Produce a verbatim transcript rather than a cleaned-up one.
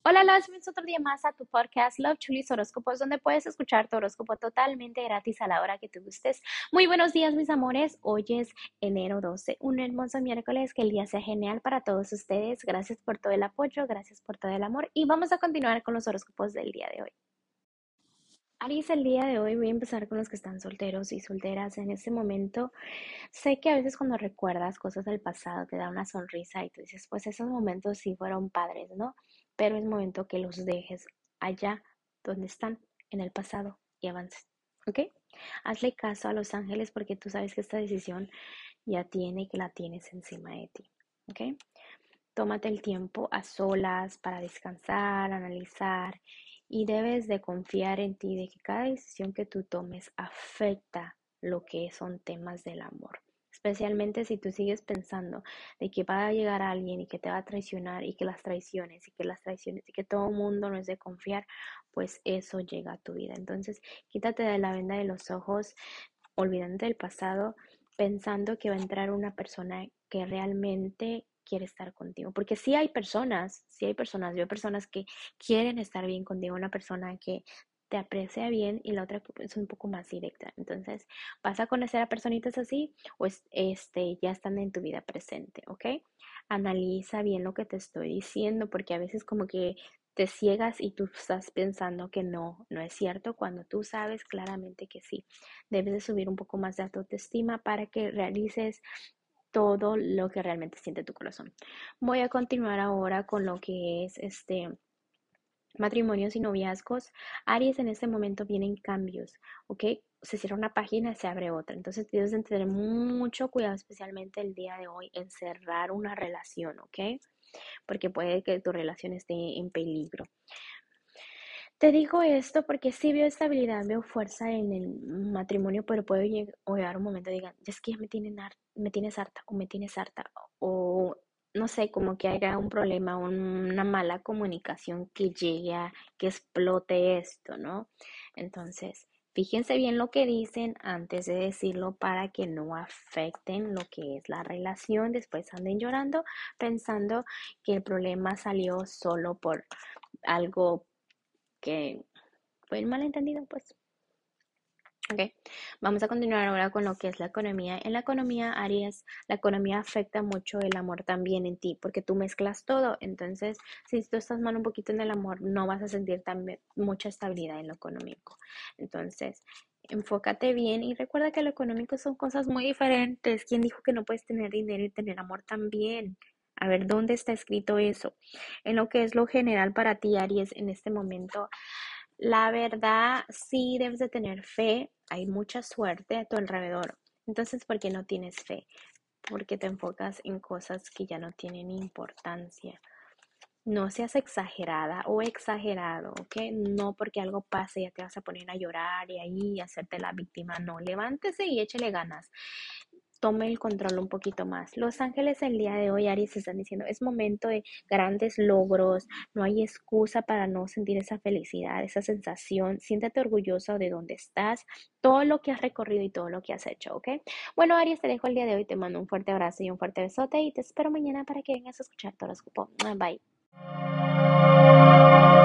Hola, Los, bienvenidos otro día más a tu podcast Love Chulis Horóscopos, donde puedes escuchar tu horóscopo totalmente gratis a la hora que te gustes. Muy buenos días, mis amores. Hoy es enero doce, un hermoso miércoles. Que el día sea genial para todos ustedes. Gracias por todo el apoyo, gracias por todo el amor. Y vamos a continuar con los horóscopos del día de hoy. Aries, el día de hoy voy a empezar con los que están solteros y solteras en este momento. Sé que a veces cuando recuerdas cosas del pasado te da una sonrisa y tú dices, pues esos momentos sí fueron padres, ¿no? Pero es momento que los dejes allá donde están, en el pasado, y avances, ¿ok? Hazle caso a los ángeles porque tú sabes que esta decisión ya tiene y que la tienes encima de ti, ¿ok? Tómate el tiempo a solas para descansar, analizar y debes de confiar en ti de que cada decisión que tú tomes afecta lo que son temas del amor. Especialmente si tú sigues pensando de que va a llegar alguien y que te va a traicionar y que las traiciones y que las traiciones y que todo el mundo no es de confiar, pues eso llega a tu vida. Entonces, quítate de la venda de los ojos, olvidando del pasado, pensando que va a entrar una persona que realmente quiere estar contigo. Porque sí hay personas, sí hay personas, yo hay personas que quieren estar bien contigo, una persona que te aprecia bien y la otra es un poco más directa. Entonces, ¿vas a conocer a personitas así o es, este, ya están en tu vida presente? ¿Ok? Analiza bien lo que te estoy diciendo porque a veces como que te ciegas y tú estás pensando que no, no es cierto cuando tú sabes claramente que sí. Debes de subir un poco más de autoestima para que realices todo lo que realmente siente tu corazón. Voy a continuar ahora con lo que es este matrimonios y noviazgos. Aries, en este momento vienen cambios, ¿ok? Se cierra una página, se abre otra. Entonces tienes de tener mucho cuidado, especialmente el día de hoy, en cerrar una relación, ¿ok? Porque puede que tu relación esté en peligro. Te digo esto porque sí veo estabilidad, veo fuerza en el matrimonio, pero puede llegar un momento y digan, es que ya me tienen har- me tienes harta o me tienes harta o no sé, como que haya un problema, una mala comunicación que llegue a que explote esto, ¿no? Entonces, fíjense bien lo que dicen antes de decirlo para que no afecten lo que es la relación, después anden llorando pensando que el problema salió solo por algo que fue el malentendido, pues. Ok, vamos a continuar ahora con lo que es la economía. En la economía, Aries, la economía afecta mucho el amor también en ti, porque tú mezclas todo. Entonces, si tú estás mal un poquito en el amor, no vas a sentir también mucha estabilidad en lo económico. Entonces, enfócate bien y recuerda que lo económico son cosas muy diferentes. ¿Quién dijo que no puedes tener dinero y tener amor también? A ver, ¿dónde está escrito eso? En lo que es lo general para ti, Aries, en este momento, la verdad, sí debes de tener fe. Hay mucha suerte a tu alrededor. Entonces, ¿por qué no tienes fe? Porque te enfocas en cosas que ya no tienen importancia. No seas exagerada o exagerado, ¿ok? No porque algo pase ya te vas a poner a llorar y ahí hacerte la víctima. No, levántese y échele ganas. Tome el control un poquito más. Los ángeles el día de hoy, Aries, están diciendo, es momento de grandes logros, no hay excusa para no sentir esa felicidad, esa sensación. Siéntate orgulloso de dónde estás, todo lo que has recorrido y todo lo que has hecho, ¿ok? Bueno, Aries, te dejo el día de hoy, te mando un fuerte abrazo y un fuerte besote y te espero mañana para que vengas a escuchar tu horóscopo. Bye.